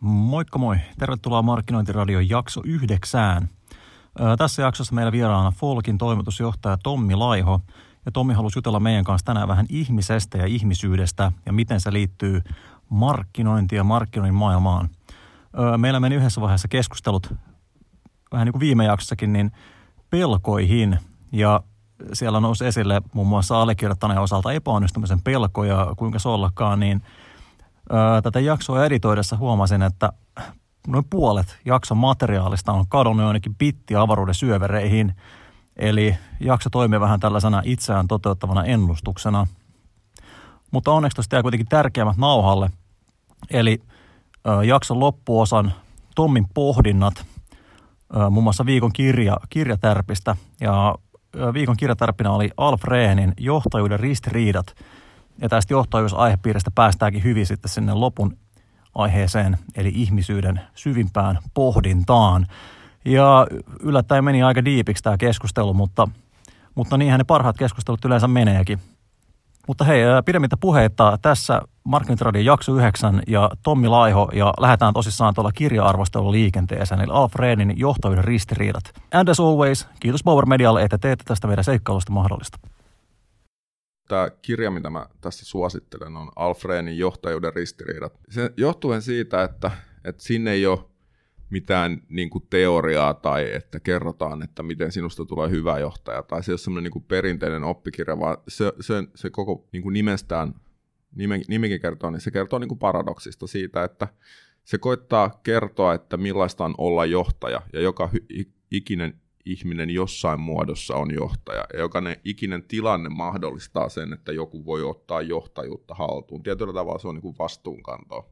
Moikka moi. Tervetuloa Markkinointiradion jakso 9. Tässä jaksossa meillä vieraana Folkin toimitusjohtaja Tommi Laiho. Ja Tommi halusi jutella meidän kanssa tänään vähän ihmisestä ja ihmisyydestä ja miten se liittyy markkinointiin ja markkinoinnin maailmaan. Meillä meni yhdessä vaiheessa keskustelut, vähän niin kuin viime jaksossakin, niin pelkoihin. Ja siellä nousi esille muun muassa allekirjoittaneen osalta epäonnistumisen pelkoja, kuinka se ollakaan, niin tätä jaksoa editoidessa huomasin, että noin puolet jakson materiaalista on kadonnut ainakin avaruuden syövereihin. Eli jakso toimii vähän tällaisena itseään toteuttavana ennustuksena. Mutta onneksi tuosta jää kuitenkin tärkeimmät nauhalle. Eli jakson loppuosan Tommin pohdinnat, muun muassa viikon kirjatärpistä. Ja viikon kirjatärppinä oli Alf Rehnin Johtajuuden ristiriidat. Ja tästä johtajuusaihepiiristä päästäänkin hyvin sitten sinne lopun aiheeseen, eli ihmisyyden syvimpään pohdintaan. Ja yllättäen meni aika diipiksi tämä keskustelu, mutta niinhän ne parhaat keskustelut yleensä meneekin. Mutta hei, pidemmittä puheitta tässä Markkinointiradion jakso 9 ja Tommi Laiho, ja lähdetään tosissaan tuolla kirja-arvostelulla liikenteeseen, eli Alf Rehnin Johtajuuden ristiriidat. And as always, kiitos Power Medialle, että teette tästä meidän seikkailusta mahdollista. Tämä kirja, mitä mä tässä suosittelen, on Alf Rehnin Johtajuuden ristiriidat. Se johtuen siitä, että sinne ei ole mitään niin kuin teoriaa tai että kerrotaan, että miten sinusta tulee hyvä johtaja, tai se ei ole semmoinen niin kuin perinteinen oppikirja, vaan se koko niin kuin nimikin kertoo, niin se kertoo niin kuin paradoksista siitä, että se koittaa kertoa, että millaista on olla johtaja, ja joka ikinen ihminen jossain muodossa on johtaja, ja jokainen ikinen tilanne mahdollistaa sen, että joku voi ottaa johtajuutta haltuun. Tietyllä tavalla se on niin kuin vastuunkantoa.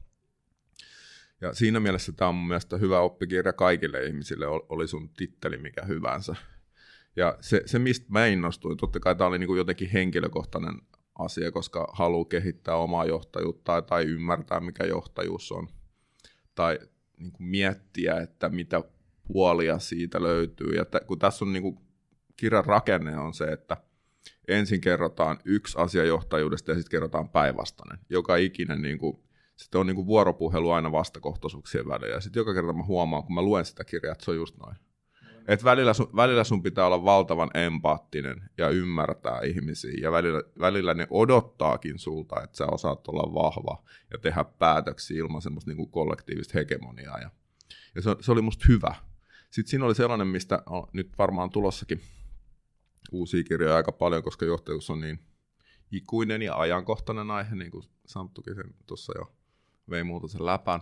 Ja siinä mielessä tämä on mun mielestä hyvä oppikirja kaikille ihmisille, oli sun titteli mikä hyvänsä. Ja se mistä mä innostuin, totta kai tämä oli niin kuin jotenkin henkilökohtainen asia, koska haluaa kehittää omaa johtajuutta tai ymmärtää mikä johtajuus on, tai niin kuin miettiä, että mitä puolia siitä löytyy. Ja kun tässä on niin kuin, kirjan rakenne on se, että ensin kerrotaan yksi asia johtajuudesta ja sitten kerrotaan päinvastainen. Joka ikinen niin kuin, sitten on niin kuin vuoropuhelu aina vastakohtaisuuksien välillä. Ja sitten joka kerta mä huomaan, kun mä luen sitä kirjaa, että se on just noin. Että välillä sun pitää olla valtavan empaattinen ja ymmärtää ihmisiä. Ja välillä ne odottaakin sulta, että sä osaat olla vahva ja tehdä päätöksiä ilman semmoista niin kuin kollektiivista hegemoniaa. Ja se oli musta hyvä. Sitten siinä oli sellainen, mistä on nyt varmaan tulossakin uusia kirjoja aika paljon, koska johtajuus on niin ikuinen ja ajankohtainen aihe, niin kuin Santtukin sen tuossa jo vei muuta sen läpän.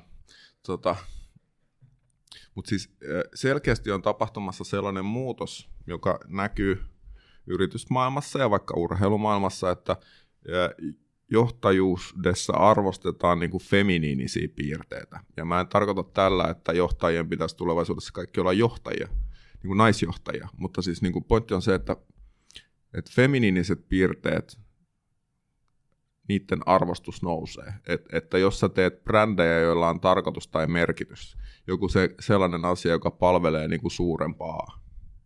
Mutta siis selkeästi on tapahtumassa sellainen muutos, joka näkyy yritysmaailmassa ja vaikka urheilumaailmassa, että johtajuudessa arvostetaan niin kuin feminiinisiä piirteitä. Ja mä en tarkoita tällä, että johtajien pitäisi tulevaisuudessa kaikki olla johtajia, niin kuin naisjohtajia. Mutta siis niin kuin pointti on se, että feminiiniset piirteet, niiden arvostus nousee. Että jos sä teet brändejä, joilla on tarkoitus tai merkitys, joku sellainen asia, joka palvelee niin kuin suurempaa,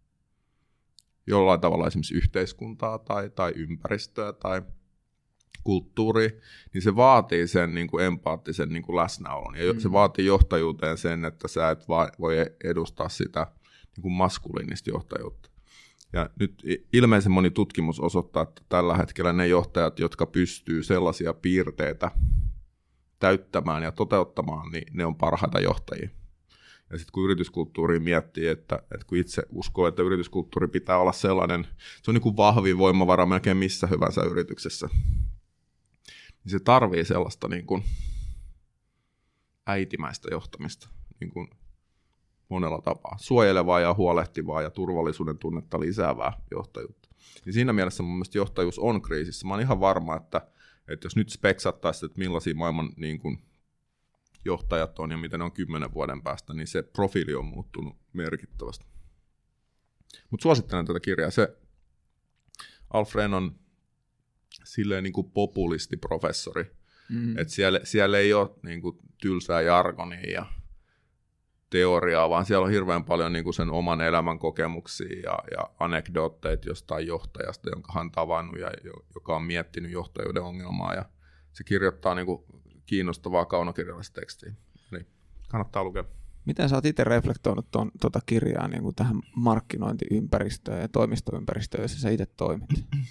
jollain tavalla esimerkiksi yhteiskuntaa tai ympäristöä tai kulttuuri, niin se vaatii sen niin kuin empaattisen niin kuin läsnäolon. Ja se vaatii johtajuuteen sen, että sä et voi edustaa sitä niin kuin maskuliinista johtajuutta. Ja nyt ilmeisen moni tutkimus osoittaa, että tällä hetkellä ne johtajat, jotka pystyy sellaisia piirteitä täyttämään ja toteuttamaan, niin ne on parhaita johtajia. Ja sitten kun yrityskulttuuri miettii, että kun itse uskoo, että yrityskulttuuri pitää olla sellainen, se on niin kuin vahvin voimavara melkein missä hyvänsä yrityksessä, niin se tarvii sellaista niin kuin äitimäistä johtamista niin kuin monella tapaa. Suojelevaa ja huolehtivaa ja turvallisuuden tunnetta lisäävää johtajuutta. Ja siinä mielessä mun mielestä johtajuus on kriisissä. Mä oon ihan varma, että jos nyt speksattaisiin, että millaisia maailman niin kuin johtajat on ja miten ne on 10 vuoden päästä, niin se profiili on muuttunut merkittävästi. Mutta suosittelen tätä kirjaa. Se Alf Rehn on silleen niin kuin populistiprofessori. Että siellä ei ole niin kuin tylsää jargonia ja teoriaa, vaan siellä on hirveän paljon niin kuin sen oman elämän kokemuksia ja anekdootteita jostain johtajasta, jonka hän on tavannut ja joka on miettinyt johtajuuden ongelmaa. Ja se kirjoittaa niin kuin kiinnostavaa kaunokirjallista tekstiä. Niin, Kannattaa lukea. Miten sä oot itse reflektoinut tuota kirjaa niin kuin tähän markkinointiympäristöön ja toimistoympäristöön, jossa sä itse toimit?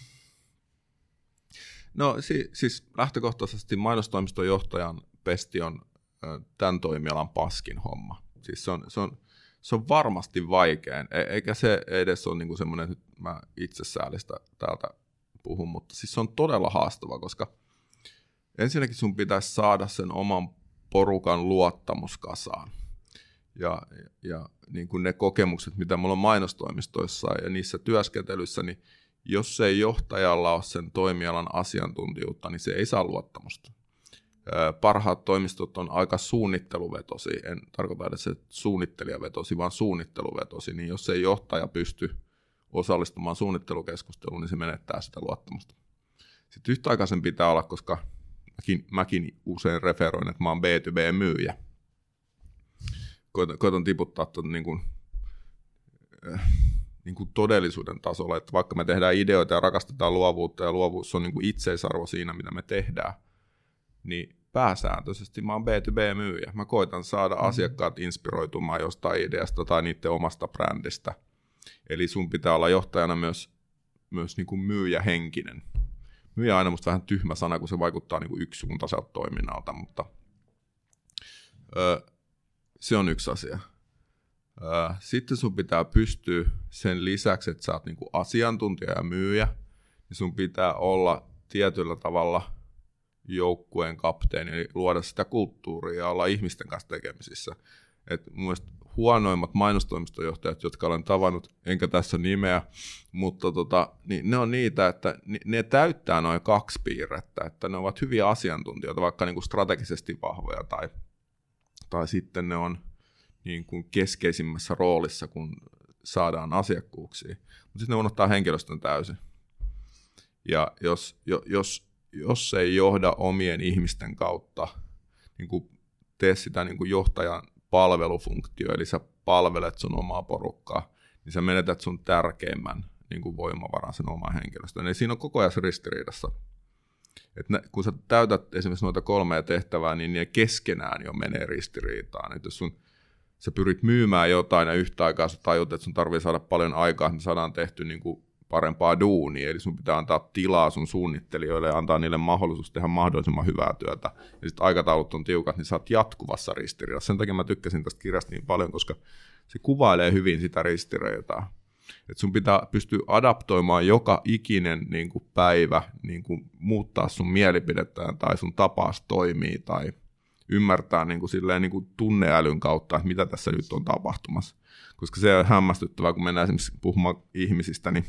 No siis lähtökohtaisesti mainostoimiston johtajan pesti on tämän toimialan paskin homma. Siis se on varmasti vaikein, eikä se edes ole niinku semmoinen, että mä itsesäälistä täältä puhun, mutta siis se on todella haastava, koska ensinnäkin sun pitäisi saada sen oman porukan luottamus kasaan. Ja niin kuin ne kokemukset, mitä mulla on mainostoimistoissa ja niissä työskentelyissä, niin jos ei johtajalla ole sen toimialan asiantuntijuutta, niin se ei saa luottamusta. Parhaat toimistot on aika suunnitteluvetosi, en tarkoita edes suunnittelijavetosi, vaan suunnitteluvetosi, niin jos ei johtaja pysty osallistumaan suunnittelukeskusteluun, niin se menettää sitä luottamusta. Sitten yhtä aikaa sen pitää olla, koska mäkin usein referoin, että mä oon B2B-myyjä. Koitan tiputtaa niin kuin todellisuuden tasolla, että vaikka me tehdään ideoita ja rakastetaan luovuutta ja luovuus on niin kuin itseisarvo siinä, mitä me tehdään, niin pääsääntöisesti mä oon B2B-myyjä. Mä koitan saada asiakkaat inspiroitumaan jostain ideasta tai niiden omasta brändistä. Eli sun pitää olla johtajana myös niin kuin myyjähenkinen. Myyjä on aina musta vähän tyhmä sana, kun se vaikuttaa niin kuin yksisuuntaiselta toiminnalta, mutta se on yksi asia. Sitten sun pitää pystyä sen lisäksi, että sä oot niin kuin asiantuntija ja myyjä, niin sun pitää olla tietyllä tavalla joukkueen kapteeni, eli luoda sitä kulttuuria ja olla ihmisten kanssa tekemisissä. Et mun mielestä huonoimmat mainostoimistojohtajat, jotka olen tavannut, enkä tässä nimeä, mutta niin ne on niitä, että ne täyttää noin 2 piirrettä, että ne ovat hyviä asiantuntijoita, vaikka niin kuin strategisesti vahvoja, tai sitten ne on niin kuin keskeisimmässä roolissa, kun saadaan asiakkuuksia. Mutta sitten ne unohtaa henkilöstön täysin. Ja jos se ei johda omien ihmisten kautta, niin kuin tee sitä niin kuin johtajan palvelufunktio, eli sä palvelet sun omaa porukkaa, niin sä menetät sun tärkeimmän niin kuin voimavaran sen oman henkilöstön. Eli siinä on koko ajan ristiriidassa. Kun sä täytät esimerkiksi noita 3 tehtävää, niin ne keskenään jo menee ristiriitaan. Et jos sä pyrit myymään jotain ja yhtä aikaa sä tajut, että sun tarvii saada paljon aikaa, että me saadaan tehty niin kuin parempaa duunia, eli sun pitää antaa tilaa sun suunnittelijoille ja antaa niille mahdollisuus tehdä mahdollisimman hyvää työtä. Ja sitten aikataulut on tiukat, niin sä oot jatkuvassa ristiriidassa. Sen takia mä tykkäsin tästä kirjasta niin paljon, koska se kuvailee hyvin sitä ristiriitaa. Että sun pitää pystyä adaptoimaan joka ikinen niin kuin päivä, niin kuin muuttaa sun mielipidettä tai sun tapaas toimii tai ymmärtää niin kuin silleen, niin kuin tunneälyn kautta, että mitä tässä nyt on tapahtumassa. Koska se on hämmästyttävää, kun mennään esimerkiksi puhumaan ihmisistä, niin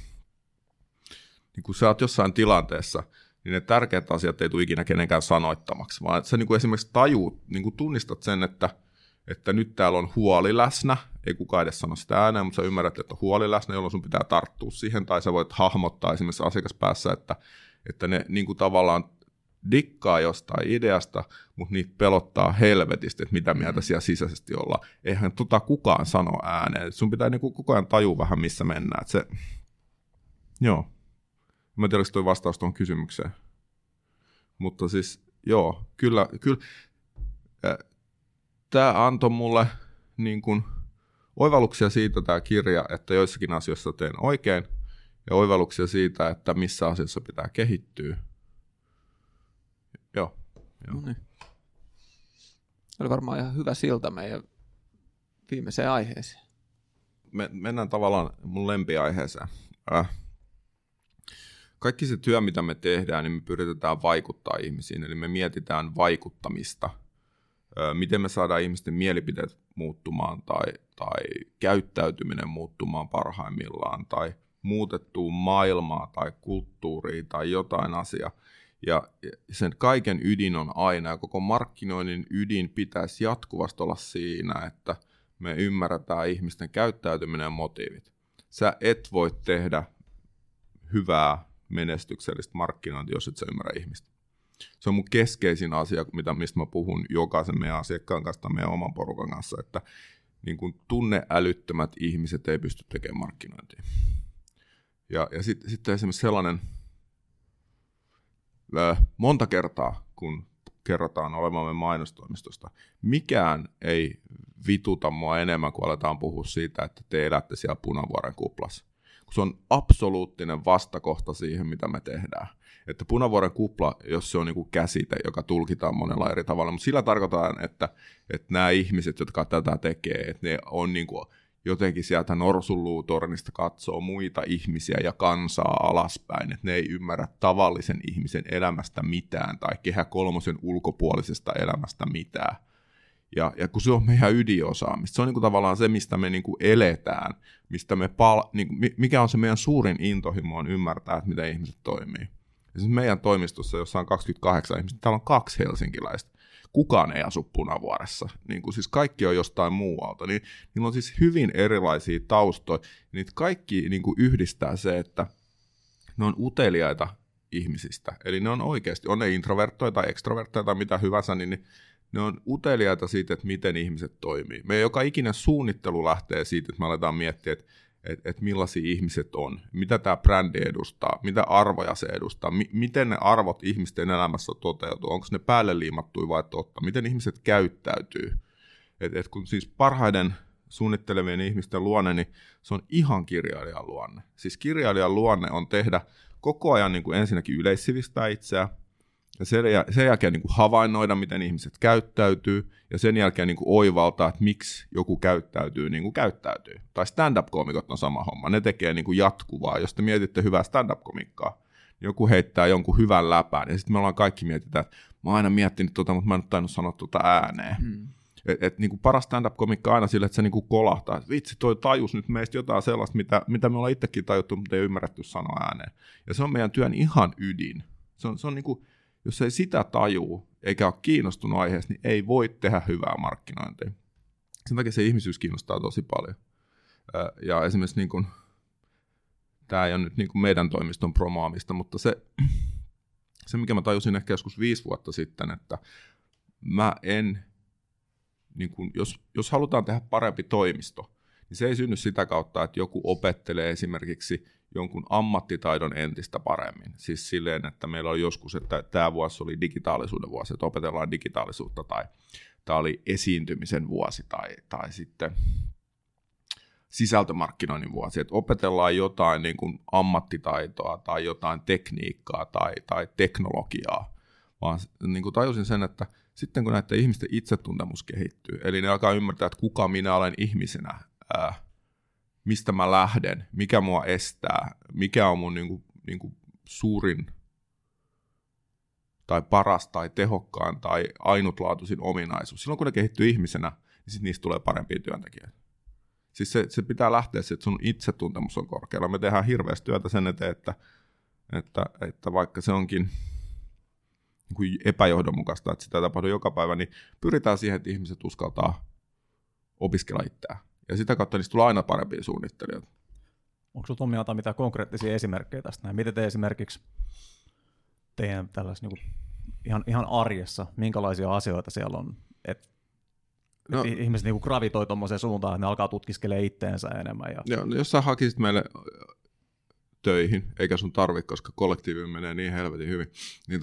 kun sä oot jossain tilanteessa, niin ne tärkeät asiat ei tule ikinä kenenkään sanoittamaksi, vaan että sä niin kuin esimerkiksi tajuut, niin kuin tunnistat sen, että nyt täällä on huoli läsnä, ei kukaan edes sano sitä ääneen, mutta sä ymmärrät, että on huoli läsnä, jolloin sun pitää tarttua siihen, tai sä voit hahmottaa esimerkiksi asiakaspäässä, että ne niin kuin tavallaan dikkaa jostain ideasta, mutta niitä pelottaa helvetisti, että mitä mieltä siellä sisäisesti ollaan. Eihän kukaan sano ääneen. Sun pitää niin kuin koko ajan tajua vähän, missä mennään. Joo. Mä en tiedä, oliko toi vastaus tuohon kysymykseen. Mutta siis, joo, kyllä tämä antoi mulle niin kuin oivalluksia siitä tämä kirja, että joissakin asioissa teen oikein, ja oivalluksia siitä, että missä asiassa pitää kehittyä. Joo. No niin. Oli varmaan ihan hyvä silta meidän viimeiseen aiheeseen. Mennään tavallaan mun lempiaiheeseen. Kaikki se työ, mitä me tehdään, niin me pyritetään vaikuttaa ihmisiin, eli me mietitään vaikuttamista. Miten me saadaan ihmisten mielipiteet muuttumaan tai käyttäytyminen muuttumaan parhaimmillaan tai muutettua maailmaa tai kulttuuria tai jotain asiaa. Ja sen kaiken ydin on aina, ja koko markkinoinnin ydin pitäisi jatkuvasti olla siinä, että me ymmärretään ihmisten käyttäytyminen ja motiivit. Sä et voi tehdä hyvää menestyksellistä markkinointia, jos et sä ymmärrä ihmistä. Se on mun keskeisin asia, mistä mä puhun jokaisen meidän asiakkaan kanssa tai meidän oman porukan kanssa, että niin kun tunneälyttömät ihmiset ei pysty tekemään markkinointia. Ja sitten esimerkiksi sellainen monta kertaa, kun kerrotaan olevamme mainostoimistosta. Mikään ei vituta mua enemmän, kun aletaan puhua siitä, että te elätte siellä Punavuoren kuplassa. Kun se on absoluuttinen vastakohta siihen, mitä me tehdään. Että Punavuoren kupla, jos se on niin kuin käsite, joka tulkitaan monella eri tavalla, mutta sillä tarkoitaan, että nämä ihmiset, jotka tätä tekee, että ne on niin kuin jotenkin sieltä norsunluutornista katsoo muita ihmisiä ja kansaa alaspäin, että ne ei ymmärrä tavallisen ihmisen elämästä mitään tai Kehä Kolmosen ulkopuolisesta elämästä mitään. Ja kun se on meidän ydinosaamista, se on niin kuin tavallaan se, mistä me niin kuin eletään, mistä me mikä on se meidän suurin intohimo on ymmärtää, että miten ihmiset toimii. Siis meidän toimistossa, jossa on 28 ihmistä, täällä on 2 helsinkiläistä. Kukaan ei asu Punavuoressa. Niin kuin siis kaikki on jostain muualta. Niillä on siis hyvin erilaisia taustoja. Niitä kaikki niin kuin yhdistää se, että ne on uteliaita ihmisistä. Eli ne on oikeasti, on ne introverttoja tai extroverttoja tai mitä hyvänsä, niin ne on uteliaita siitä, että miten ihmiset toimii. Meidän joka ikinen suunnittelu lähtee siitä, että me aletaan miettiä, että millaisia ihmiset on, mitä tämä brändi edustaa, mitä arvoja se edustaa, miten ne arvot ihmisten elämässä toteutuu, onko ne päälle liimattuja vai totta, miten ihmiset käyttäytyy. Et kun siis parhaiden suunnittelevien ihmisten luonne, niin se on ihan kirjailijan luonne. Siis kirjailijan luonne on tehdä koko ajan niin kuin ensinnäkin yleissivistää itseä, ja sen jälkeen niin kuin havainnoida, miten ihmiset käyttäytyy, ja sen jälkeen niin kuin oivaltaa, että miksi joku käyttäytyy niin kuin käyttäytyy. Tai stand-up-komikot on sama homma, ne tekee niin kuin jatkuvaa. Jos te mietitte hyvää stand-up-komikkaa, joku heittää jonkun hyvän läpän, ja sitten me ollaan kaikki mietitään, että mä oon aina miettinyt mutta mä en ole tainnut sanoa ääneen. Niin kuin paras stand-up-komikka aina sille, että se niin kuin kolahtaa, että vitsi, toi tajus nyt meistä jotain sellaista, mitä me ollaan itsekin tajuttu, mutta ei ymmärretty sanoa ääneen. Ja se on meidän työn ihan ydin. Se on niin kuin, jos ei sitä tajuu, eikä ole kiinnostunut aiheesta, niin ei voi tehdä hyvää markkinointia. Sen takia se ihmisyys kiinnostaa tosi paljon. Ja esimerkiksi niin kuin, tämä ei ole nyt niin kuin meidän toimiston promoamista, mutta se, mikä mä tajusin ehkä joskus 5 vuotta sitten, että mä en, niin kuin, jos halutaan tehdä parempi toimisto, niin se ei synny sitä kautta, että joku opettelee esimerkiksi jonkun ammattitaidon entistä paremmin. Siis silleen, että meillä oli joskus, että tämä vuosi oli digitaalisuuden vuosi, että opetellaan digitaalisuutta, tai tämä oli esiintymisen vuosi, tai sitten sisältömarkkinoinnin vuosi, että opetellaan jotain niin kuin ammattitaitoa, tai jotain tekniikkaa, tai teknologiaa, vaan niin kuin tajusin sen, että sitten kun näiden ihmisten itsetuntemus kehittyy, eli ne alkaa ymmärtää, että kuka minä olen ihmisenä, mistä mä lähden, mikä mua estää, mikä on mun niin kuin suurin tai paras tai tehokkaan tai ainutlaatuisin ominaisuus. Silloin kun ne kehittyy ihmisenä, niin sitten niistä tulee parempia työntekijöitä. Siis se pitää lähteä siitä, että sun itsetuntemus on korkealla. Me tehdään hirveästi työtä sen eteen, että vaikka se onkin niin kuin epäjohdonmukaista, että sitä tapahtuu joka päivä, niin pyritään siihen, että ihmiset uskaltaa opiskella itseään. Ja sitä kautta niistä tulee aina parempia suunnittelijoita. Onko sinulla, Tommi, mitään konkreettisia esimerkkejä tästä? Miten te esimerkiksi teidän tällaisessa niin ihan arjessa, minkälaisia asioita siellä on, että ihmiset niin gravitoi tuommoiseen suuntaan, että ne alkaa tutkiskelemaan itteensä enemmän? Joo, no jos sä hakisit meille töihin, eikä sun tarvitse, koska kollektiivi menee niin helvetin hyvin, niin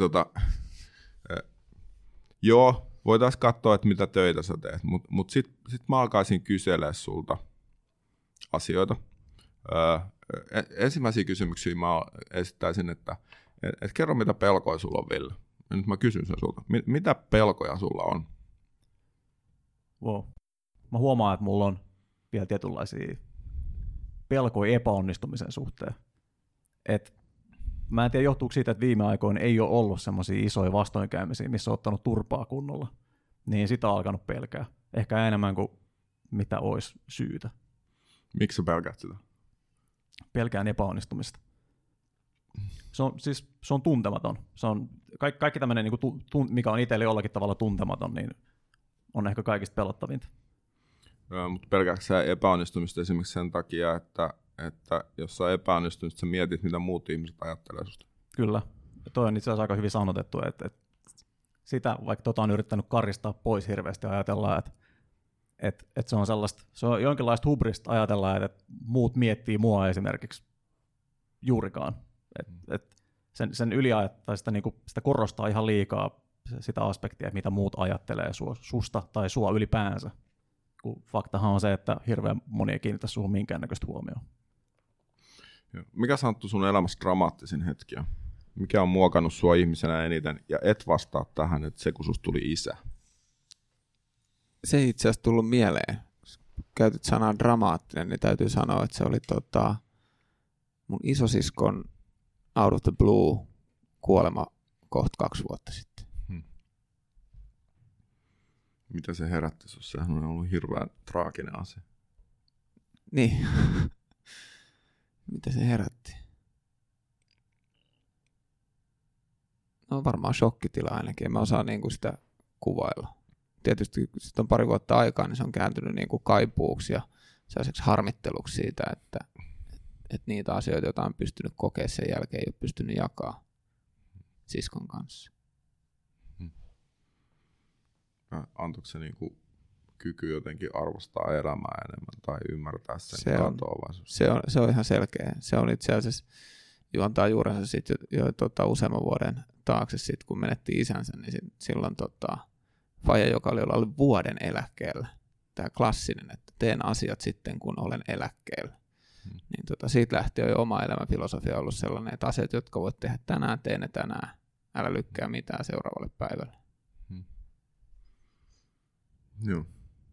joo, voitaisiin katsoa, että mitä töitä sä teet, mutta sit mä alkaisin kyselee sulta asioita. Ensimmäisiä kysymyksiä mä esittäisin, että kerro, mitä pelkoja sulla on, Ville. Ja nyt mä kysyn sen sulta. Mitä pelkoja sulla on? Wow. Mä huomaan, että mulla on vielä tietynlaisia pelkoja epäonnistumisen suhteen. Mä en tiedä, johtuuko siitä, että viime aikoina ei ole ollut semmoisia isoja vastoinkäymisiä, missä on ottanut turpaa kunnolla. Niin sitä on alkanut pelkää. Ehkä enemmän kuin mitä olisi syytä. Miksi sä pelkäät sitä? Pelkään epäonnistumista. Se on tuntematon. Se on, kaikki tämmöinen, mikä on itselle jollakin tavalla tuntematon, niin on ehkä kaikista pelottavinta. Mutta pelkäätkö sä epäonnistumista esimerkiksi sen takia, että jos sä epäonnistunut, sä mietit, mitä muut ihmiset ajattelee susta? Kyllä. Toi on itse asiassa aika hyvin sanotettu, että sitä, vaikka on yrittänyt karistaa pois hirveästi, ajatellaan, että se on sellaista, se on jonkinlaista hubrista ajatella, että muut miettii mua esimerkiksi juurikaan. Sen yliajattaa, sitä korostaa ihan liikaa sitä aspektia, mitä muut ajattelee susta tai sua ylipäänsä. Kun faktahan on se, että hirveän moni ei kiinnitä suhun minkäännäköistä huomioon. Mikä Santtu sun elämässä dramaattisin hetkiä? Mikä on muokannut sua ihmisenä eniten? Ja et vastaa tähän, että se kun susta tuli isä. Se ei itse asiassa tullut mieleen. Kun käytit sanaa dramaattinen, niin täytyy sanoa, että se oli mun isosiskon out of the blue kuolema kohta 2 vuotta sitten. Mitä se herätti sussa? Sehän on ollut hirveän traaginen asia. Niin. Mitä se herätti? No varmaan shokkitila ainakin. Mä osaan niinku sitä kuvailla. Tietysti kun sitten on 2 vuotta aikaa, niin se on kääntynyt niinku kaipuuksi ja sellaiseksi harmitteluksi siitä, että niitä asioita, joita on pystynyt kokemaan sen jälkeen, ei ole pystynyt jakamaan siskon kanssa. Antoiko se niinku kyky jotenkin arvostaa elämää enemmän tai ymmärtää sen katoa? Se on ihan selkeä. Se on itse asiassa juontaa juurensa sitten jo useamman vuoden taakse, sit, kun menettiin isänsä, niin silloin faija, joka oli ollut vuoden eläkkeellä, tämä klassinen, että teen asiat sitten, kun olen eläkkeellä. Niin siitä lähtien jo oma elämänfilosofia on ollut sellainen, että asiat, jotka voit tehdä tänään, tee ne tänään. Älä lykkää mitään seuraavalle päivälle. Joo.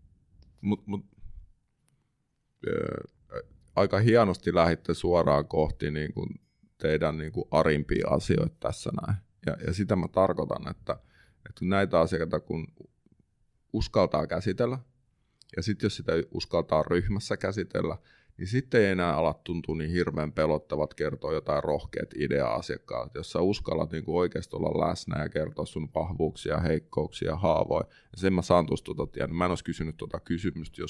Aika hienosti lähditte suoraan kohti niin kuin teidän niin kuin arimpia asioita tässä näin. Ja sitä mä tarkoitan, että näitä asioita kun uskaltaa käsitellä, ja sitten jos sitä uskaltaa ryhmässä käsitellä, niin sitten ei enää ala tuntua niin hirveän pelottavat kertoa jotain rohkeat ideaa asiakkaalle. Jos sä uskallat niin kuin oikeasti olla läsnä ja kertoa sun vahvuuksia, heikkouksia, haavoja, ja sen mä saan tuosta tiedä. Mä en olisi kysynyt kysymystä,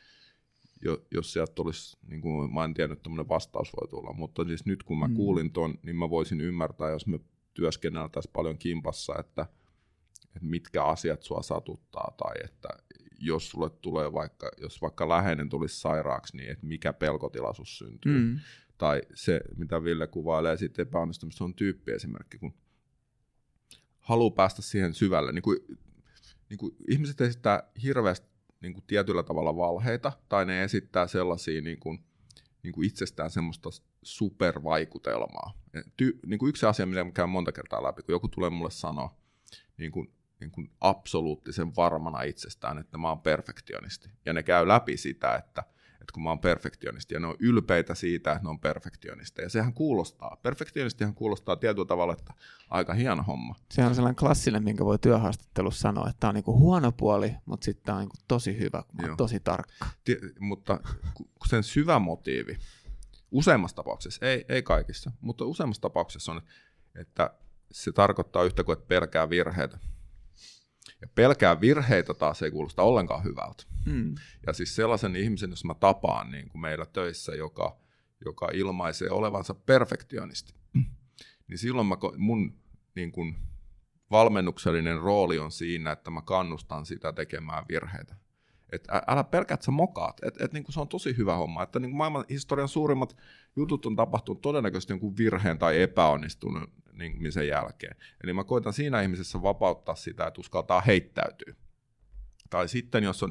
jos sieltä olisi, niin kuin mä en tiennyt, että tämmöinen vastaus voi tulla. Mutta siis nyt kun mä kuulin ton, niin mä voisin ymmärtää, jos me työskenneltäisiin paljon kimpassa, että mitkä asiat sua satuttaa, tai että jos sulle tulee jos vaikka läheinen tulisi sairaaksi, niin että mikä pelkotilaisuus syntyy. Tai se, mitä Ville kuvailee sitten epäonnistumista, on tyyppiesimerkki, kun haluaa päästä siihen syvälle. Niin kuin ihmiset esittää hirveästi niin kuin tietyllä tavalla valheita, tai ne esittää sellaisia niin kuin itsestään semmoista supervaikutelmaa. Niin kuin yksi asia, mitä mä käyn monta kertaa läpi, kun joku tulee mulle sanoa, niin kuin absoluuttisen varmana itsestään, että mä oon perfektionisti. Ja ne käy läpi sitä, että kun mä oon perfektionisti, ja ne on ylpeitä siitä, että ne on perfektionisteja. Ja sehän perfektionistihan kuulostaa tietyllä tavalla, että aika hieno homma. Se on sellainen klassinen, minkä voi työhaastattelussa sanoa, että tämä on niinku huono puoli, mutta sitten tämä on niinku tosi hyvä, kun mä oon tosi tarkka. Mutta sen syvä motiivi, useimmassa tapauksessa, ei kaikissa, mutta useimmassa tapauksessa on, että se tarkoittaa yhtä kuin, että pelkää virheitä. Ja pelkää virheitä taas ei kuulosta ollenkaan hyvältä. Ja siis sellaisen ihmisen, jos mä tapaan niin kuin meillä töissä, joka ilmaisee olevansa perfektionisti, niin silloin mun niin kuin valmennuksellinen rooli on siinä, että mä kannustan sitä tekemään virheitä. Että älä pelkää, että sä mokaat. Niin kuin se on tosi hyvä homma. Että niin kuin maailman historian suurimmat jutut on tapahtunut todennäköisesti jonkun virheen tai epäonnistumisen jälkeen. Eli mä koitan siinä ihmisessä vapauttaa sitä, että uskaltaa heittäytyä. Tai sitten, jos on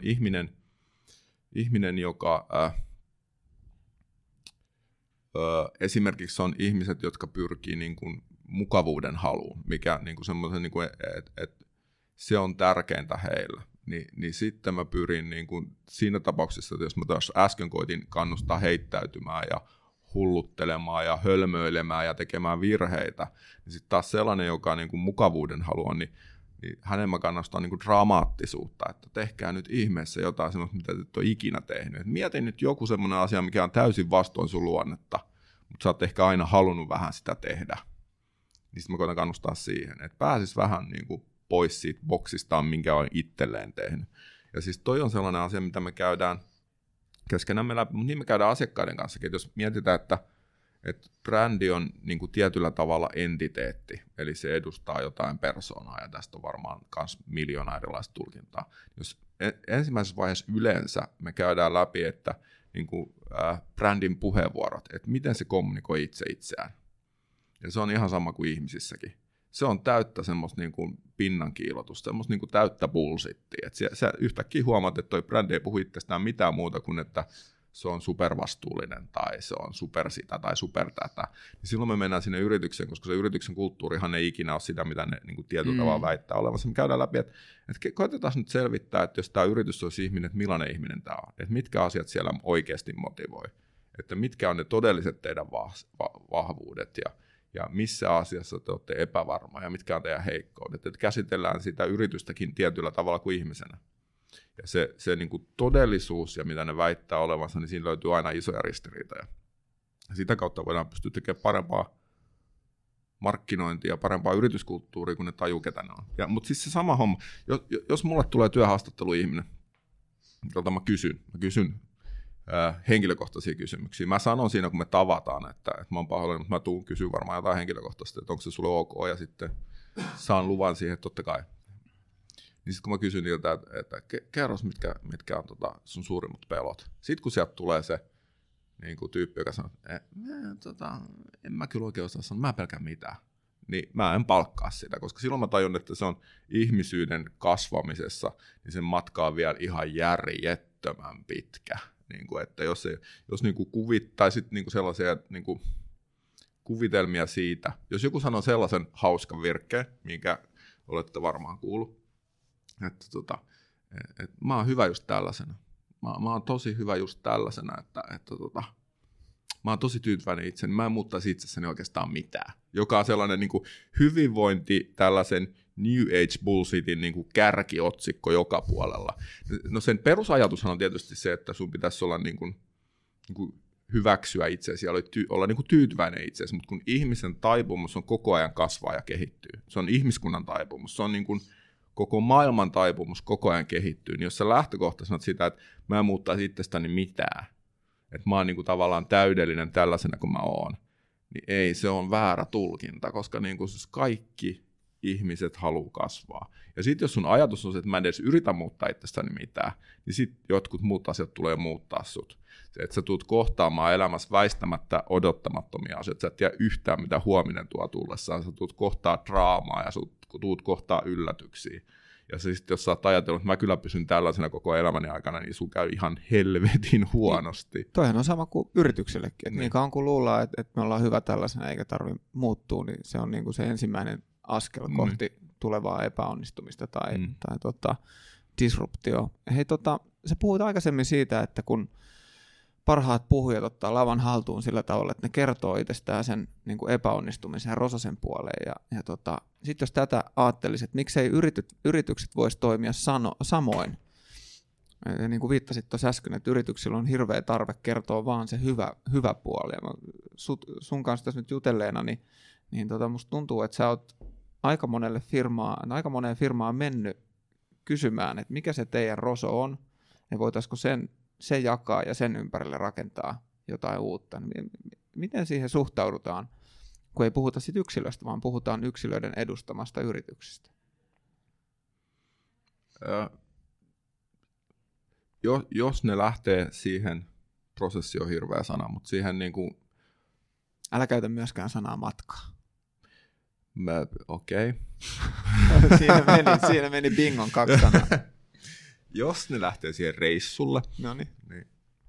ihminen joka esimerkiksi on ihmiset, jotka pyrkii niin kuin mukavuuden haluun, mikä niin kuin semmoisen, niin kuin, että se on tärkeintä heillä. Niin sitten mä pyrin niin kuin siinä tapauksessa, että jos mä taas äsken koitin kannustaa heittäytymään ja hulluttelemaan ja hölmöilemään ja tekemään virheitä, niin sitten taas sellainen, joka niin kuin mukavuuden haluaa, niin hänen mä kannustan niin kuin dramaattisuutta, että tehkää nyt ihmeessä jotain sellaista, mitä et ole ikinä tehnyt. Et mieti nyt joku semmoinen asia, mikä on täysin vastoin sun luonnetta, mutta sä oot ehkä aina halunnut vähän sitä tehdä. Niin sitten mä koitan kannustaa siihen, että pääsis vähän niin kuin pois siitä boksistaan, minkä on itselleen tehnyt. Ja siis toi on sellainen asia, mitä me käydään keskenämme läpi, mutta niin me käydään asiakkaiden kanssa. Että jos mietitään, että brändi on niin kuin tietyllä tavalla entiteetti, eli se edustaa jotain persoonaa, ja tästä on varmaan myös miljoona erilaista tulkintaa. Jos ensimmäisessä vaiheessa yleensä me käydään läpi, että niin kuin, brändin puheenvuorot, että miten se kommunikoi itseään. Ja se on ihan sama kuin ihmisissäkin. se on täyttä semmoista niin kuin pinnankiilotusta, semmoista niin kuin täyttä bullshittia. Että sä yhtäkkiä huomaat, että toi brändi ei puhu itsestään mitään muuta kuin, että se on supervastuullinen tai se on super sitä tai super tätä. Niin silloin me mennään sinne yritykseen, koska se yrityksen kulttuurihan ei ikinä ole sitä, mitä ne niin kuin tietyllä tavalla väittää olevansa. Me käydään läpi, että koitetaan nyt selvittää, että jos tämä yritys olisi ihminen, että millainen ihminen tämä on, että mitkä asiat siellä oikeasti motivoi, että mitkä on ne todelliset teidän vahvuudet ja missä asiassa te olette epävarma ja mitkä on teidän heikkoudet. Että käsitellään sitä yritystäkin tietyllä tavalla kuin ihmisenä. Ja se niin kuin todellisuus ja mitä ne väittää olevansa, niin siinä löytyy aina isoja ristiriitoja. Ja sitä kautta voidaan pystyä tekemään parempaa markkinointia ja parempaa yrityskulttuuria, kun ne tajuu, ketä ne on. Mutta siis se sama homma, jos mulle tulee työhaastatteluihminen, jolta mä kysyn henkilökohtaisia kysymyksiä. Mä sanon siinä, kun me tavataan, että mä oon pahoillani, mutta mä tuun kysyä varmaan jotain henkilökohtaista, että onko se sulle ok, ja sitten saan luvan siihen, että totta kai. Niin sitten kun mä kysyn niiltä, että kerros, mitkä on sun suurimmat pelot. Sitten kun sieltä tulee se niin kuin tyyppi, joka sanoo, en mä kyllä oikein osaa sanoa, mä pelkään mitään. Niin mä en palkkaa sitä, koska silloin mä tajun, että se on ihmisyyden kasvamisessa, niin sen matka on vielä ihan järjettömän pitkä. Niin kuin, että jos niin kuin kuvittaisit niin kuin sellaisia niin kuin kuvitelmia siitä, jos joku sanoo sellaisen hauskan virkkeen, minkä olette varmaan kuullut, että mä oon hyvä just tällaisena. Mä oon tosi hyvä just tällaisena, että mä oon tosi tyytyväinen itseni, mä en muuttaisi itsessäni oikeastaan mitään. Joka on sellainen niin kuin hyvinvointi, tällaisen New Age bullshitin niin kuin kärkiotsikko joka puolella. No sen perusajatushan on tietysti se, että sun pitäisi olla niin kuin hyväksyä itseäsi ja olla niin kuin tyytyväinen itseäsi, mutta kun ihmisen taipumus on koko ajan kasvaa ja kehittyy, se on ihmiskunnan taipumus, se on niin kuin koko maailman taipumus koko ajan kehittyy, niin jos sä lähtökohta sanot sitä, että mä en muuttaisi itsestäni mitään, että mä oon niin kuin tavallaan täydellinen tällaisena kuin mä oon, niin ei, se on väärä tulkinta, koska niin kuin siis kaikki ihmiset haluaa kasvaa. Ja sitten jos sun ajatus on se, että mä en edes yritä muuttaa itsestäni mitään, niin sitten jotkut muut asiat tulee muuttaa sut. Se, että sä tuut kohtaamaan elämässä väistämättä odottamattomia asioita, sä et tiedä yhtään mitä huominen tuo tullessaan, sä tuut kohtaa draamaa ja tuut kohtaa yllätyksiä. Ja sitten jos sä oot ajatellut, että mä kyllä pysyn tällaisena koko elämäni aikana, niin sun käy ihan helvetin huonosti. Niin, toihan on sama kuin yrityksellekin. Niin kauan kuin luullaan, että me ollaan hyvä tällaisena eikä tarvitse muuttua, niin se on niin kuin se ensimmäinen askel kohti tulevaa epäonnistumista tai disruptio. Hei, sä puhuit aikaisemmin siitä, että kun parhaat puhujat ottaa lavan haltuun sillä tavalla, että ne kertoo itsestään sen niin kuin epäonnistumisen ja rosasen puoleen. Sitten jos tätä ajattelisi, että miksei yritykset voisi toimia samoin. Ja niin kuin viittasit tuossa äsken, että yrityksillä on hirveä tarve kertoa vaan se hyvä puoli. Ja sun kanssa tässä nyt jutelleena, niin musta tuntuu, että sä oot aika moneen firmaan mennyt kysymään, että mikä se teidän roso on, ja voitaisiko se jakaa ja sen ympärille rakentaa jotain uutta. Miten siihen suhtaudutaan, kun ei puhuta sit yksilöstä, vaan puhutaan yksilöiden edustamasta yrityksestä? Jos ne lähtee siihen, prosessi on hirveä sana, mutta siihen niin kuin... Älä käytä myöskään sanaa matkaa. Okei. Siinä meni bingon 2 sanaa. Jos ne lähtee siihen reissulle, niin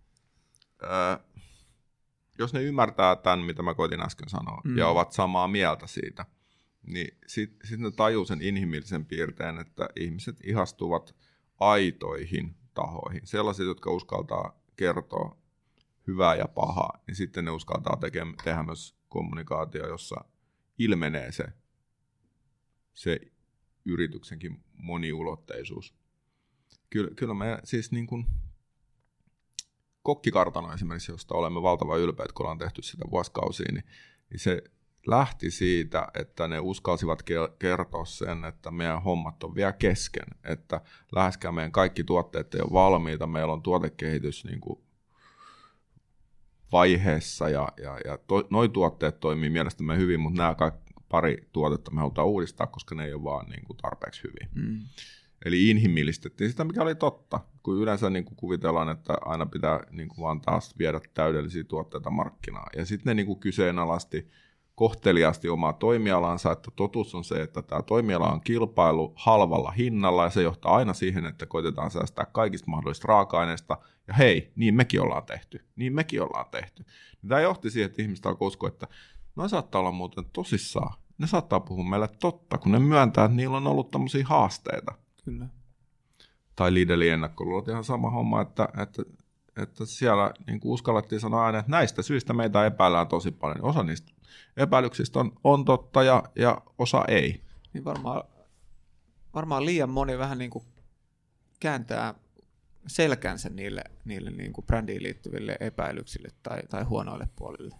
jos ne ymmärtää tämän, mitä mä koitin äsken sanoa, ja ovat samaa mieltä siitä, niin sitten ne tajuu sen inhimillisen piirteen, että ihmiset ihastuvat aitoihin tahoihin. Sellaiset, jotka uskaltaa kertoa hyvää ja pahaa, niin sitten ne uskaltaa tehdä myös kommunikaatio, jossa ilmenee se yrityksenkin moniulotteisuus. Kyllä me siis niin kuin kokkikartano esimerkiksi, josta olemme valtavan ylpeät, kun ollaan tehty sitä vuosikausia, niin se lähti siitä, että ne uskalsivat kertoa sen, että meidän hommat on vielä kesken, että läheskään meidän kaikki tuotteet ei ole valmiita, meillä on tuotekehitys niin kuin vaiheessa ja noi tuotteet toimii mielestämme hyvin, mutta nämä pari tuotetta me halutaan uudistaa, koska ne ei ole vaan niin kuin tarpeeksi hyviä. Eli inhimillistettiin sitä, mikä oli totta, kun yleensä niin kuin kuvitellaan, että aina pitää niin kuin vaan taas viedä täydellisiä tuotteita markkinaan. Ja sitten ne niin kuin kyseenalaisti kohteliaasti omaa toimialansa, että totuus on se, että tämä toimiala on kilpailu halvalla hinnalla ja se johtaa aina siihen, että koitetaan säästää kaikista mahdollisista raaka-aineista ja hei, niin mekin ollaan tehty. Tämä johti siihen, että ihmiset alkoi uskoa, että no saattaa olla muuten tosissaan. Ne saattaa puhua meille totta, kun ne myöntää, että niillä on ollut tämmöisiä haasteita. Kyllä. Tai Lidlin ennakkoluulot ihan sama homma, että siellä niin kuin uskallettiin sanoa aina, että näistä syistä meitä epäillään tosi paljon. Osa niistä epäilyksistä on totta ja osa ei. Niin varmaan liian moni vähän niin kuin kääntää selkänsä niille niin kuin brändiin liittyville epäilyksille tai huonoille puolille.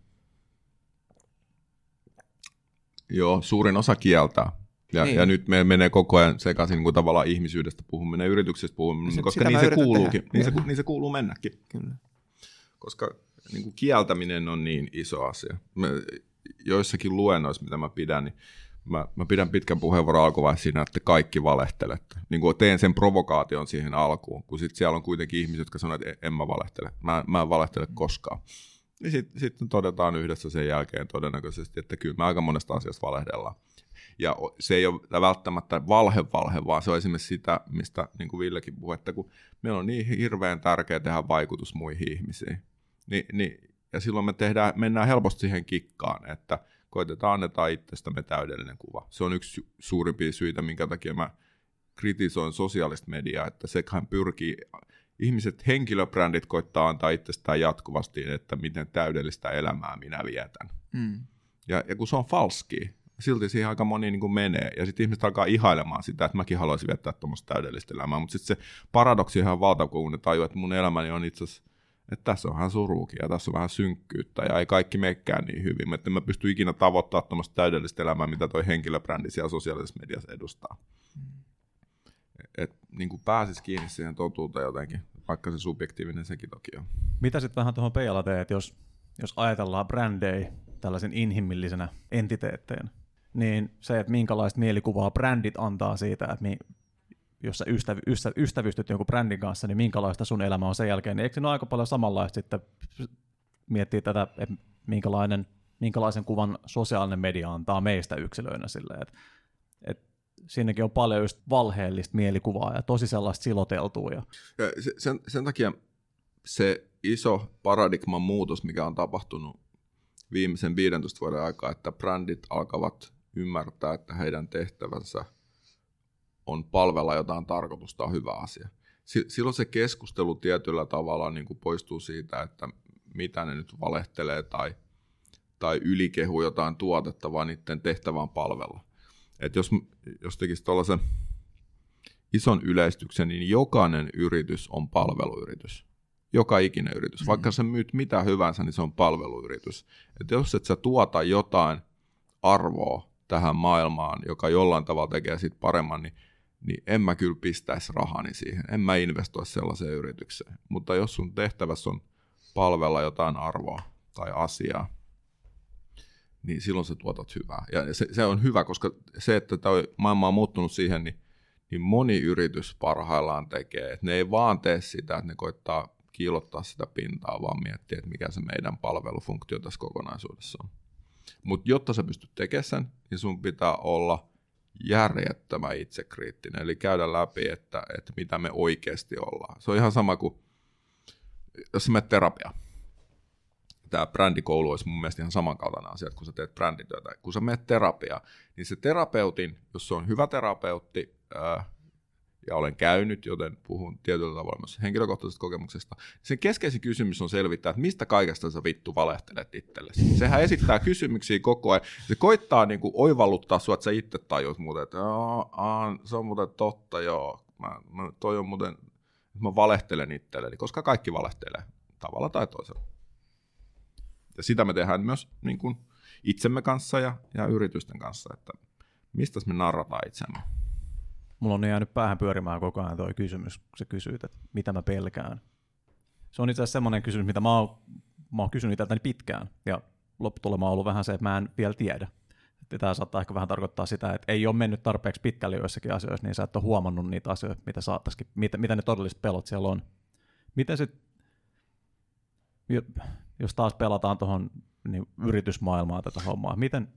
Joo, suurin osa kieltää. Ja nyt me menee koko ajan sekaisin niin tavallaan ihmisyydestä puhuminen, yrityksestä puhuminen, koska niin se kuuluukin. Niin se kuuluu mennäkin. Kyllä. Koska niin kuin kieltäminen on niin iso asia. Joissakin luennoissa, mitä mä pidän, niin mä pidän pitkän puheenvuoron alkuvaiheessa siinä, että kaikki valehtelette. Niin kuin teen sen provokaation siihen alkuun, kun sit siellä on kuitenkin ihmisiä, jotka sanoo, että en mä valehtele. Mä en valehtele koskaan. Ja sitten todetaan yhdessä sen jälkeen todennäköisesti, että kyllä me aika monesta asiasta valehdellaan. Ja se ei ole välttämättä valhe, vaan se on esimerkiksi sitä, mistä niin kuin Villekin puhui, että kun meillä on niin hirveän tärkeää tehdä vaikutus muihin ihmisiin, ja silloin mennään helposti siihen kikkaan, että koitetaan annetaan itsestämme täydellinen kuva. Se on yksi suurimpia syitä, minkä takia mä kritisoin sosiaalista mediaa, että sehän pyrkii, ihmiset, henkilöbrändit koittaa antaa itsestään jatkuvasti, että miten täydellistä elämää minä vietän. Ja kun se on falski, silti siihen aika moni niin kuin menee, ja sitten ihmiset alkaa ihailemaan sitä, että mäkin haluaisin viettää tuommoista täydellistä elämää, mutta sitten se paradoksi ihan valtava, kun ne tajuu, että mun elämäni on itse asiassa, että tässä on vähän suruukin, ja tässä on vähän synkkyyttä, ja ei kaikki menekään niin hyvin, että mä pysty ikinä tavoittamaan tuommoista täydellistä elämää, mitä toi henkilöbrändi siellä sosiaalisessa mediassa edustaa. Että niin kuin pääsisi kiinni siihen totuuteen jotenkin, vaikka se subjektiivinen sekin toki on. Mitä sitten vähän tuohon peilalla teet, jos ajatellaan brändejä tällaisen inhimillisenä entiteetteen, niin se, että minkälaista mielikuvaa brändit antaa siitä, että jos sä ystävystyt jonkun brändin kanssa, niin minkälaista sun elämä on sen jälkeen, niin eikö siinä ole aika paljon samanlaista sitten miettiä tätä, että minkälaisen kuvan sosiaalinen media antaa meistä yksilöinä silleen, että siinäkin on paljon just valheellista mielikuvaa ja tosi sellaista siloteltua. Ja sen takia se iso paradigman muutos, mikä on tapahtunut viimeisen 15 vuoden aikaa, että brändit alkavat ymmärtää, että heidän tehtävänsä on palvella jotain tarkoitusta, on hyvä asia. Silloin se keskustelu tietyllä tavalla niin kuin poistuu siitä, että mitä ne nyt valehtelee tai ylikehuu jotain tuotetta, vaan niiden tehtävä on palvella. Et jos tekisi tuollaisen ison yleistyksen, niin jokainen yritys on palveluyritys. Joka ikinen yritys. Vaikka sä myyt mitä hyvänsä, niin se on palveluyritys. Et jos et sä tuota jotain arvoa tähän maailmaan, joka jollain tavalla tekee siitä paremman, niin en mä kyllä pistäisi rahani siihen. En mä investoisi sellaiseen yritykseen. Mutta jos sun tehtävässä on palvella jotain arvoa tai asiaa, niin silloin sä tuotat hyvää. Ja se on hyvä, koska se, että tämä maailma on muuttunut siihen, niin moni yritys parhaillaan tekee. Et ne ei vaan tee sitä, että ne koittaa kiillottaa sitä pintaa, vaan miettiä, että mikä se meidän palvelufunktio tässä kokonaisuudessa on. Mutta jotta sä pystyt tekemään sen, niin sun pitää olla järjettömän itsekriittinen, eli käydä läpi, että mitä me oikeasti ollaan. Se on ihan sama kuin, jos sä menet terapiaan. Tämä brändikoulu olisi mun mielestä ihan samankaltainen asia, kun sä teet brändityötä. Kun sä menet terapiaan, niin se terapeutin, jos se on hyvä terapeutti, ja olen käynyt, joten puhun tietyllä tavalla myös henkilökohtaisesta kokemuksesta. Sen keskeisin kysymys on selvittää, että mistä kaikesta sä vittu valehtelet itsellesi. Sehän esittää kysymyksiä koko ajan. Se koittaa niin kuin oivalluttaa sua, että sä itse tajuat muuten, että se on muuten totta, joo. Toi on muuten, mä valehtelen itselleni, koska kaikki valehtelee tavalla tai toisella. Ja sitä me tehdään myös niin kuin itsemme kanssa ja yritysten kanssa, että mistä me narrataan itsemme. Mulla on jäänyt päähän pyörimään koko ajan toi kysymys, kun sä kysyit, että mitä mä pelkään. Se on itse asiassa semmoinen kysymys, mitä mä oon kysynyt itseltäni pitkään, ja lopputulema on ollut vähän se, että mä en vielä tiedä. Tämä saattaa ehkä vähän tarkoittaa sitä, että ei ole mennyt tarpeeksi pitkälle joissakin asioissa, niin sä et ole huomannut niitä asioita, mitä ne todelliset pelot siellä on. Miten sit, jos taas pelataan tuohon niin yritysmaailmaa tätä hommaa. Miten?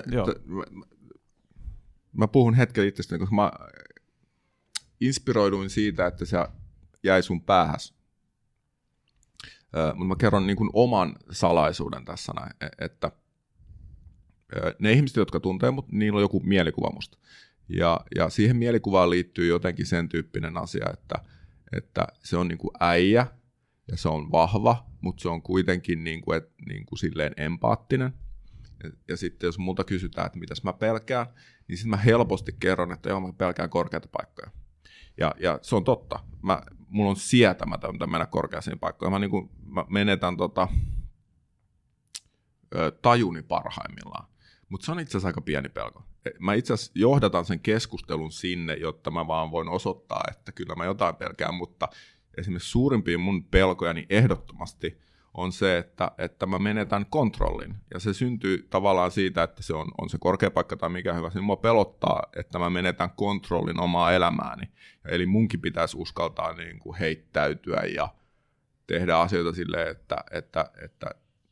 Mä puhun hetken itsestäni, koska mä inspiroiduin siitä, että se jäi sun päähäs. Mutta mä kerron niin kuin oman salaisuuden tässä näin, että ne ihmiset, jotka tuntee mut, niillä on joku mielikuva musta. Ja siihen mielikuvaan liittyy jotenkin sen tyyppinen asia, että se on niin kuin äijä ja se on vahva, mutta se on kuitenkin niin kuin silleen empaattinen. Ja sitten jos multa kysytään, että mitäs mä pelkään, niin sitten mä helposti kerron, että joo, mä pelkään korkeita paikkoja. Ja se on totta. Mulla on sietämätöntä mennä korkeisiin paikkoihin. Mä menetän tajuni parhaimmillaan. Mutta se on itse asiassa aika pieni pelko. Mä itse asiassa johdatan sen keskustelun sinne, jotta mä vaan voin osoittaa, että kyllä mä jotain pelkään, mutta esimerkiksi suurimpia mun pelkojani ehdottomasti on se, että mä menetän kontrollin. Ja se syntyy tavallaan siitä, että se on se korkea paikka tai mikä hyvä. Niin mua pelottaa, että mä menetän kontrollin omaa elämääni. Eli munkin pitäisi uskaltaa niin kuin heittäytyä ja tehdä asioita silleen, että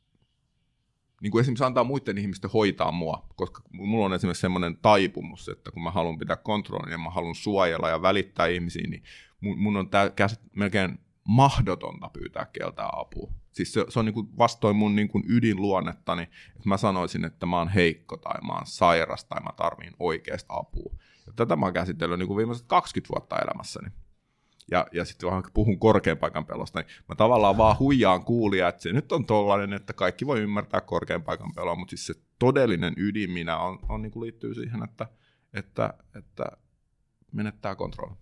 niin kuin esimerkiksi antaa muiden ihmisten hoitaa mua. Koska mulla on esimerkiksi semmoinen taipumus, että kun mä haluan pitää kontrollin ja mä haluan suojella ja välittää ihmisiin, niin mun on melkein mahdotonta pyytää keltään apua. Siis se on niin kuin vastoin mun niin kuin ydinluonnettani, että mä sanoisin, että mä oon heikko tai mä oon sairas tai mä tarviin oikeasta apua. Ja tätä mä oon käsitellyt niin kuin viimeiset 20 vuotta elämässäni. Ja sitten vähän puhun korkean paikan pelosta, niin mä tavallaan vaan huijaan kuulia, että se nyt on tollainen, että kaikki voi ymmärtää korkean paikan peloa, mutta siis se todellinen ydin minä on niin kuin liittyy siihen, että menettää kontrolli.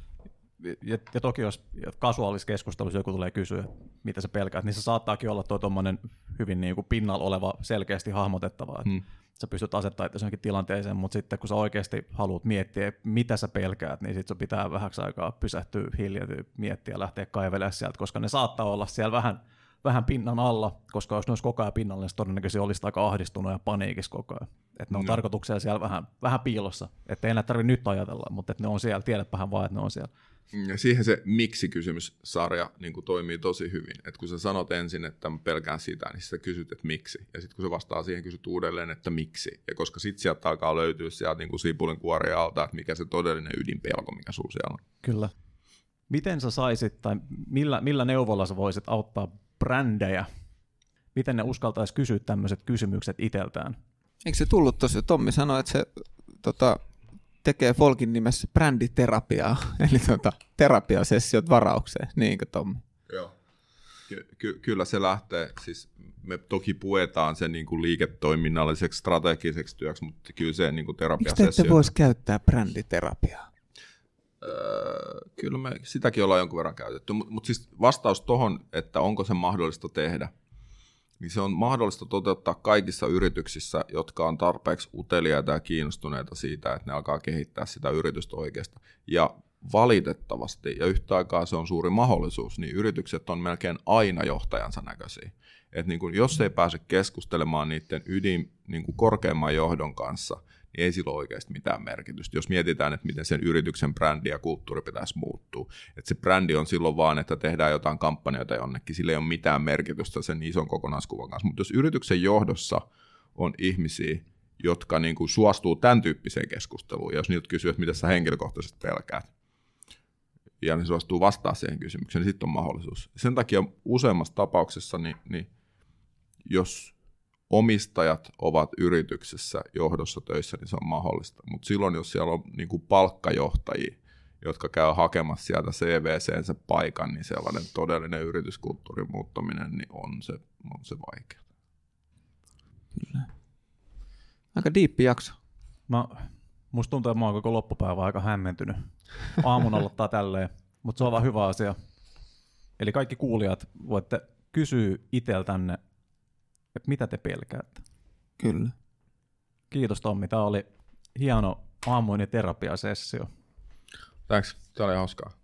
Ja toki jos kasuaalisessa keskustelussa joku tulee kysyä, mitä sä pelkäät, niin se saattaakin olla tuommoinen hyvin niin kuin pinnalla oleva, selkeästi hahmotettava. Sä pystyt asettamaan itse johonkin tilanteeseen, mutta sitten kun sä oikeasti haluat miettiä, mitä sä pelkäät, niin sitten sun pitää vähäksi aikaa pysähtyä, hiljatyä, miettiä ja lähteä kaivelemaan sieltä, koska ne saattaa olla siellä vähän pinnan alla, koska jos ne olisi koko ajan pinnalla, niin todennäköisesti olisi aika ahdistunut ja paniikissa koko ajan. Että ne on tarkoituksella siellä vähän piilossa, että ei enää tarvitse nyt ajatella, mutta että ne on siellä, tiedäpähän vaan, että ne on siellä. Ja siihen se miksi-kysymyssarja niin kuin toimii tosi hyvin. Että kun sä sanot ensin, että mä pelkään sitä, niin sä kysyt, että miksi. Ja sitten kun se vastaa siihen, kysyt uudelleen, että miksi. Ja koska sitten sieltä alkaa löytyä sieltä niin kuin sipulin kuoria alta, että mikä se todellinen ydinpelko, mikä sulla siellä on. Kyllä. Miten sä saisit, tai millä neuvolla sä voisit auttaa brändejä? Miten ne uskaltaisi kysyä tämmöiset kysymykset itseltään? Eikö se tullut tosi? Tommi sanoi, että se tekee Folkin nimessä bränditerapiaa, eli terapiasessiot varaukseen, niinkö Tommi? Joo. Kyllä se lähtee, siis me toki puetaan sen niin kuin liiketoiminnalliseksi strategiseksi työksi, mutta kyllä se niin kuin terapiasessio. Miksi te ette voisi käyttää bränditerapiaa? Kyllä me sitäkin ollaan jonkun verran käytetty, mutta siis vastaus tohon, että onko se mahdollista tehdä, niin se on mahdollista toteuttaa kaikissa yrityksissä, jotka on tarpeeksi uteliaita ja kiinnostuneita siitä, että ne alkaa kehittää sitä yritystä oikeasti. Ja valitettavasti, ja yhtä aikaa se on suuri mahdollisuus, niin yritykset on melkein aina johtajansa näköisiä. Että niin kun, jos ei pääse keskustelemaan niiden niin kun korkeamman johdon kanssa, niin ei sillä ole oikeasti mitään merkitystä. Jos mietitään, että miten sen yrityksen brändi ja kulttuuri pitäisi muuttua. Että se brändi on silloin vaan, että tehdään jotain kampanjoita jonnekin. Sillä ei ole mitään merkitystä sen ison kokonaiskuvan kanssa. Mutta jos yrityksen johdossa on ihmisiä, jotka niin kuin suostuu tämän tyyppiseen keskusteluun, ja jos niiltä kysyy, että mitä sä henkilökohtaisesti pelkäät, ja ne suostuu vastaa siihen kysymykseen, niin sitten on mahdollisuus. Sen takia useammassa tapauksessa, niin jos omistajat ovat yrityksessä johdossa töissä, niin se on mahdollista. Mutta silloin, jos siellä on niin kuin palkkajohtajia, jotka käy hakemassa sieltä CVC:nsä paikan, niin sellainen todellinen yrityskulttuurin muuttaminen niin on se vaikea. Kyllä. Aika diippi jakso. Musta tuntuu, että mä oon koko loppupäivä aika hämmentynyt. Aamun aloittaa tälleen, mutta se on vaan hyvä asia. Eli kaikki kuulijat voitte kysyä itseltänne, että mitä te pelkäätte. Kyllä. Kiitos Tommi, tämä oli hieno aamuinen terapiasessio. Thanks, tämä oli hauskaa.